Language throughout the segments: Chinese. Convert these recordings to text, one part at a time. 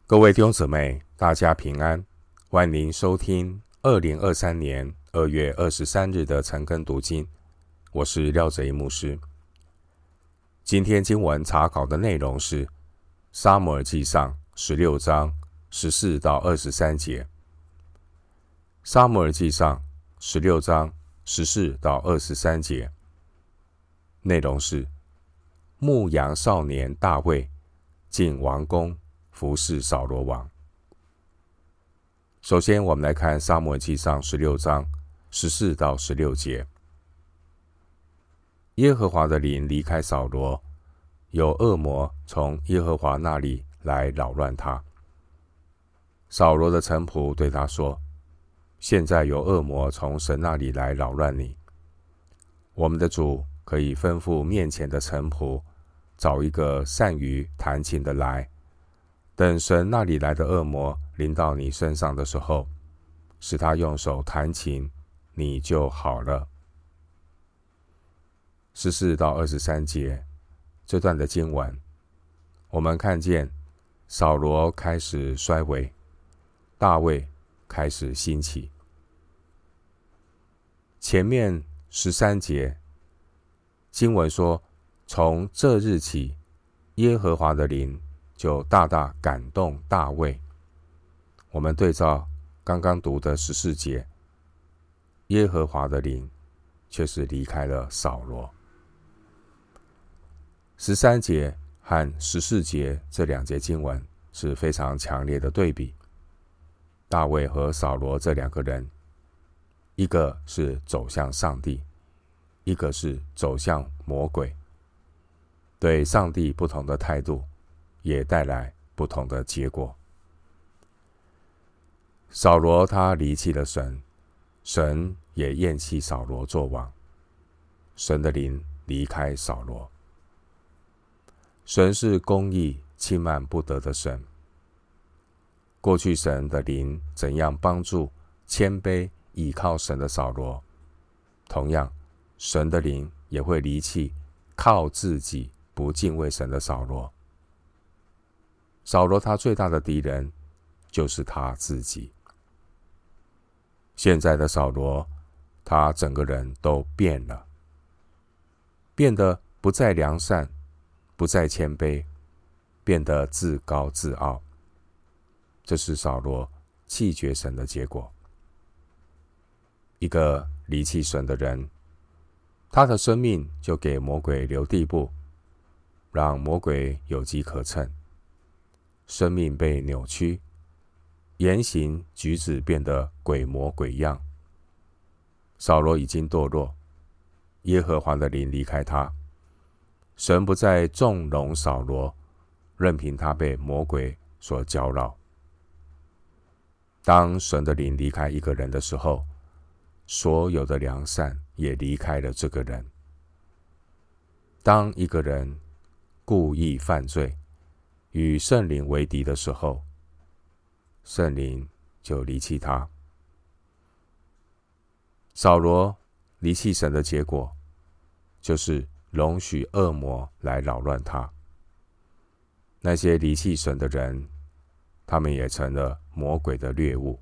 各位弟兄姊妹，大家平安，欢迎收听2023年2月23日的晨更读经。我是廖哲一牧师。今天经文查考的内容是撒母耳记上16章14到23节。撒母耳记上16章14到23节，内容是牧羊少年大卫进王宫服侍扫罗王。首先，我们来看撒母耳记上16章14到16节。耶和华的灵离开扫罗，有恶魔从耶和华那里来扰乱他。扫罗的臣仆对他说：现在有恶魔从神那里来扰乱你，我们的主可以吩咐面前的臣仆找一个善于弹琴的来，等神那里来的恶魔临到你身上的时候，使他用手弹琴，你就好了。14到23节这段的经文，我们看见扫罗开始衰微，大卫开始兴起。前面13节经文说，从这日起，耶和华的灵就大大感动大卫。我们对照刚刚读的14节，耶和华的灵却是离开了扫罗。13节和14节这两节经文是非常强烈的对比。大卫和扫罗这两个人，一个是走向上帝，一个是走向魔鬼。对上帝不同的态度，也带来不同的结果。扫罗他离弃了神，神也厌弃扫罗作王，神的灵离开扫罗。神是公义、轻慢不得的神。过去神的灵怎样帮助谦卑倚靠神的扫罗，同样神的灵也会离弃靠自己不敬畏神的扫罗。扫罗他最大的敌人就是他自己。现在的扫罗，他整个人都变了，变得不再良善，不再谦卑，变得自高自傲。这是扫罗弃绝神的结果。一个离弃神的人，他的生命就给魔鬼留地步，让魔鬼有机可乘，生命被扭曲，言行举止变得鬼模鬼样。扫罗已经堕落，耶和华的灵离开他，神不再纵容扫罗，任凭他被魔鬼所搅扰。当神的灵离开一个人的时候，所有的良善也离开了这个人。当一个人故意犯罪，与圣灵为敌的时候，圣灵就离弃他。扫罗离弃神的结果，就是容许恶魔来扰乱他。那些离弃神的人，他们也成了魔鬼的掠物。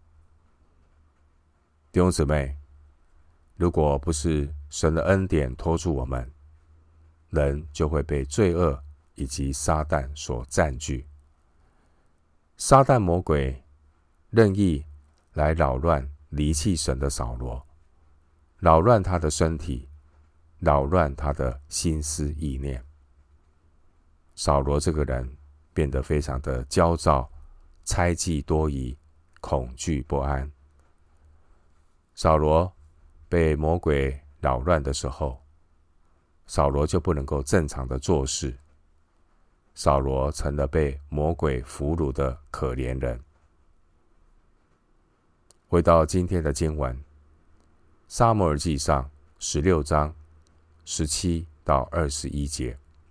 弟兄姊妹，如果不是神的恩典托住我们，人就会被罪恶以及撒旦所占据。撒旦魔鬼任意来扰乱离弃神的扫罗，扰乱他的身体，扰乱他的心思意念。扫罗这个人变得非常的焦躁，猜忌多疑，恐惧不安。扫罗被魔鬼扰乱的时候，扫罗就不能够正常的做事，扫罗成了被魔鬼俘虏的可怜人。回到今天的经文，撒母耳记上16章17到21节。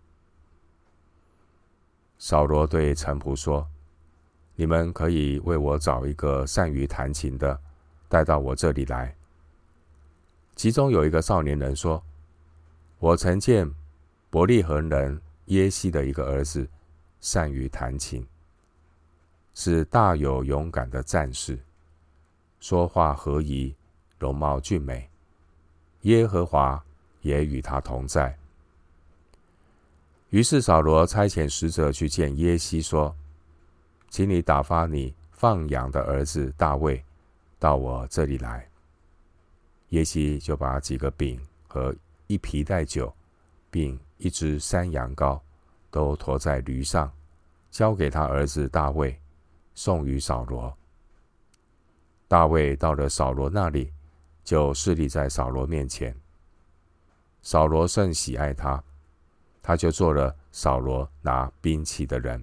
扫罗对臣仆说：你们可以为我找一个善于弹琴的，带到我这里来。其中有一个少年人说：我曾见伯利恒人耶西的一个儿子善于弹琴。 是大有勇敢的战士，说话合宜，容貌俊美。耶和华也与他同在。于是扫罗差遣使者去见耶西，说：请你打发你放羊的儿子大卫到我这里来。耶西就把几个饼和一皮带酒，并一只山羊羔，都驮在驴上，交给他儿子大卫，送与扫罗。大卫到了扫罗那里，就侍立在扫罗面前。扫罗甚喜爱他，他就做了扫罗拿兵器的人。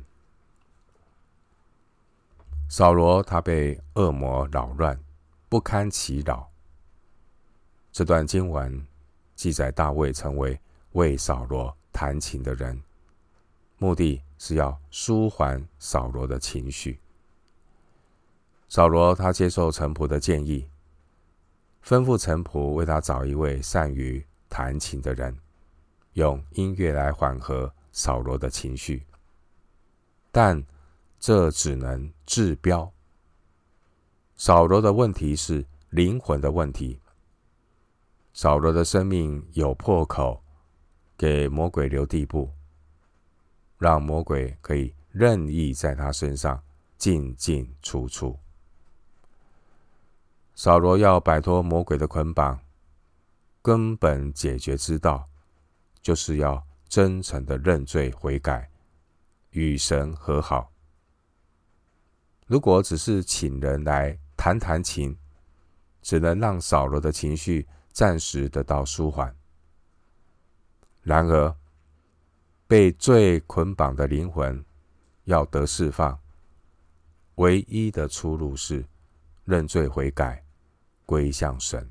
扫罗他被恶魔扰乱，不堪其扰。这段经文记载大卫成为扫罗弹琴的人，目的是要舒缓扫罗的情绪。扫罗他接受臣仆的建议，吩咐臣仆为他找一位善于弹琴的人，用音乐来缓和扫罗的情绪。但这只能治标。扫罗的问题是灵魂的问题。扫罗的生命有破口，给魔鬼留地步，让魔鬼可以任意在他身上进进出出。扫罗要摆脱魔鬼的捆绑，根本解决之道，就是要真诚的认罪悔改，与神和好。如果只是请人来弹弹琴，只能让扫罗的情绪暂时得到舒缓。然而，被罪捆绑的灵魂要得释放，唯一的出路是认罪悔改，归向神。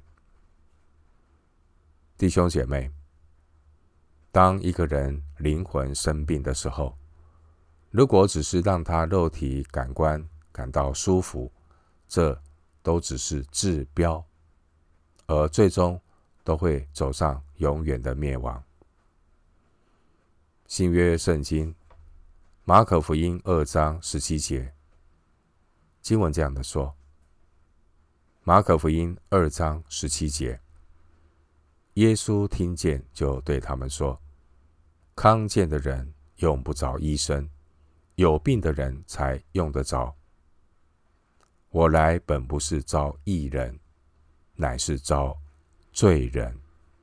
弟兄姐妹，当一个人灵魂生病的时候，如果只是让他肉体感官感到舒服，这都只是治标，而最终都会走上永远的灭亡。新约圣经马可福音2章17节，经文这样的说：马可福音2章17节，耶稣听见，就对他们说：康健的人用不着医生，有病的人才用得着。我来本不是招义人，乃是招罪人。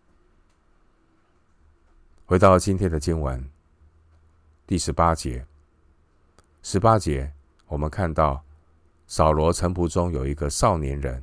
回到今天的经文第18节，18节我们看到扫罗臣仆中有一个少年人，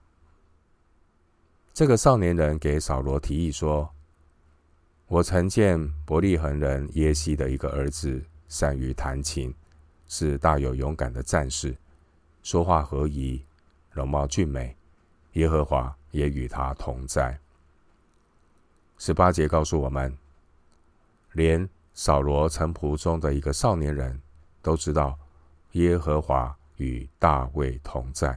这个少年人给扫罗提议说：我曾见伯利恒人耶西的一个儿子，善于弹琴，是大有勇敢的战士，说话合宜，容貌俊美，耶和华也与他同在。18节告诉我们，连扫罗臣仆中的一个少年人都知道耶和华与大卫同在。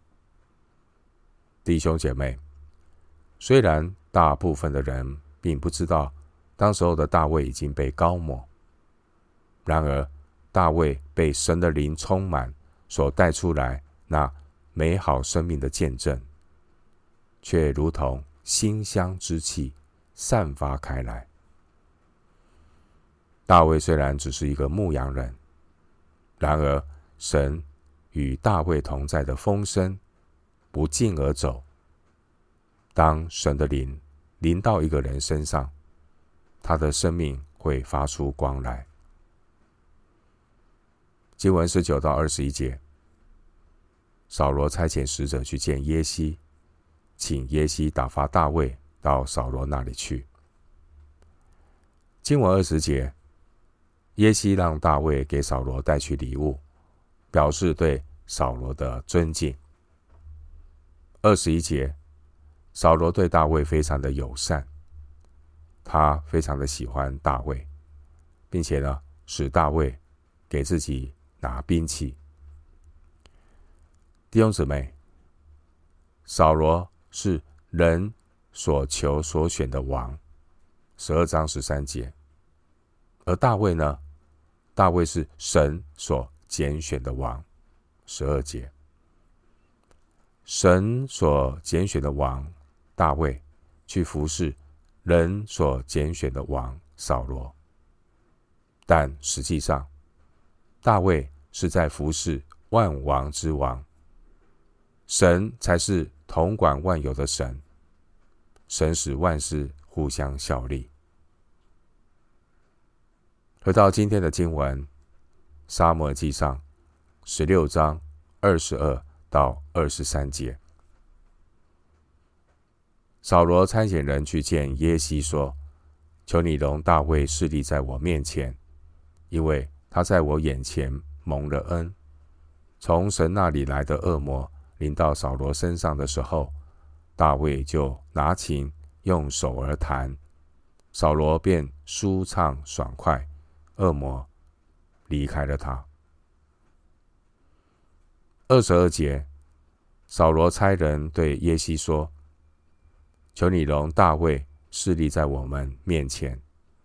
弟兄姐妹，虽然大部分的人并不知道当时候的大卫已经被膏抹，然而大卫被神的灵充满，所带出来那美好生命的见证，却如同馨香之气散发开来。大卫虽然只是一个牧羊人，然而神与大卫同在的风声不胫而走。当神的灵临到一个人身上，他的生命会发出光来。经文19到21节，扫罗差遣使者去见耶西，请耶西打发大卫到扫罗那里去。经文20节，耶西让大卫给扫罗带去礼物，表示对扫罗的尊敬。21节，扫罗对大卫非常的友善，他非常的喜欢大卫，并且呢，使大卫给自己拿兵器。弟兄姊妹，扫罗是人所求所选的王，12章13节。而大卫呢？大卫是神所拣选的王 12节。神所拣选的王大卫，去服侍人所拣选的王扫罗，但实际上，大卫是在服侍万王之王，神才是统管万有的神，神使万事互相效力。回到今天的经文，撒母耳记上16章22到23节。扫罗差遣人去见耶西说：求你容大卫侍立在我面前，因为他在我眼前蒙了恩。从神那里来的恶魔临到扫罗身上的时候，大卫就拿琴用手而弹，扫罗便舒畅爽快，恶魔离开了他。22节，扫罗差人对耶西说：求你容大卫侍立在我们面前。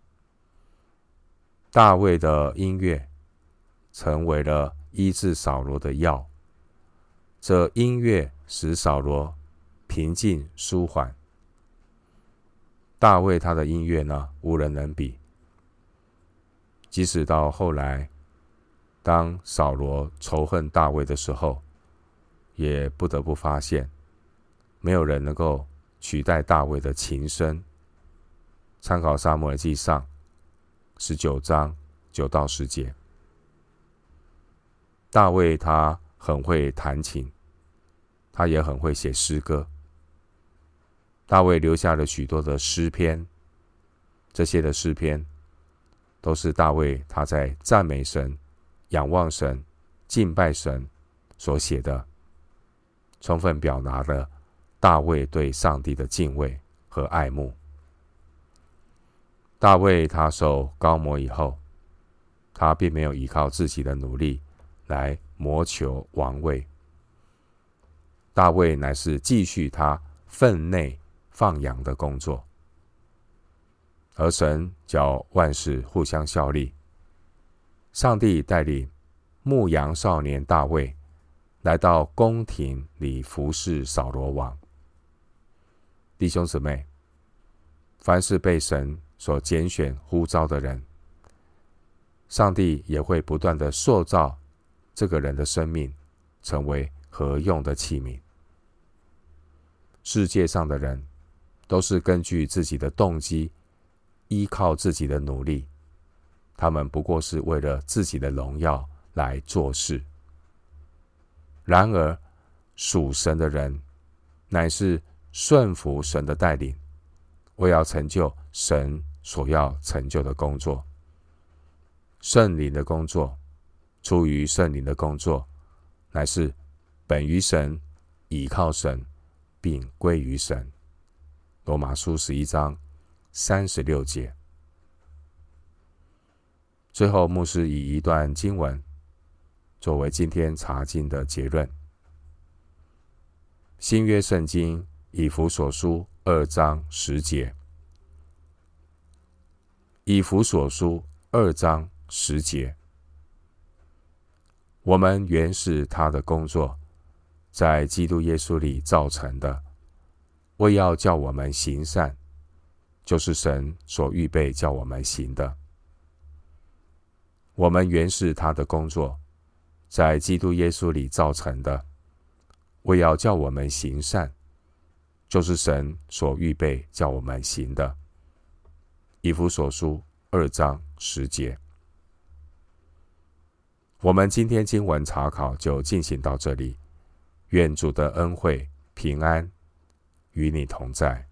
大卫的音乐成为了医治扫罗的药，这音乐使扫罗平静舒缓。大卫他的音乐呢，无人能比。即使到后来，当扫罗仇恨大卫的时候，也不得不发现，没有人能够取代大卫的琴声。参考撒母耳记上19章9到10节。大卫他很会弹琴，他也很会写诗歌。大卫留下了许多的诗篇，这些的诗篇都是大卫他在赞美神、仰望神、敬拜神所写的，充分表达了大卫对上帝的敬畏和爱慕。大卫他受膏抹以后，他并没有依靠自己的努力来谋求王位。大卫乃是继续他分内放羊的工作，而神叫万事互相效力。上帝带领牧羊少年大卫来到宫廷里服侍扫罗王。弟兄姊妹，凡是被神所拣选呼召的人，上帝也会不断的塑造这个人的生命，成为合用的器皿。世界上的人都是根据自己的动机，依靠自己的努力，他们不过是为了自己的荣耀来做事。然而属神的人乃是顺服神的带领，为要成就神所要成就的工作。圣灵的工作，出于圣灵的工作，乃是本于神，倚靠神，并归于神。罗马书11章36节。最后，牧师以一段经文作为今天查经的结论。新约圣经以弗所书2章10节。以弗所书2章10节。我们原是他的工作，在基督耶稣里造成的，为要叫我们行善，就是神所预备叫我们行的。我们原是他的工作，在基督耶稣里造成的，为要叫我们行善，就是神所预备叫我们行的。以弗所书2章10节。我们今天经文查考就进行到这里，愿主的恩惠平安与你同在。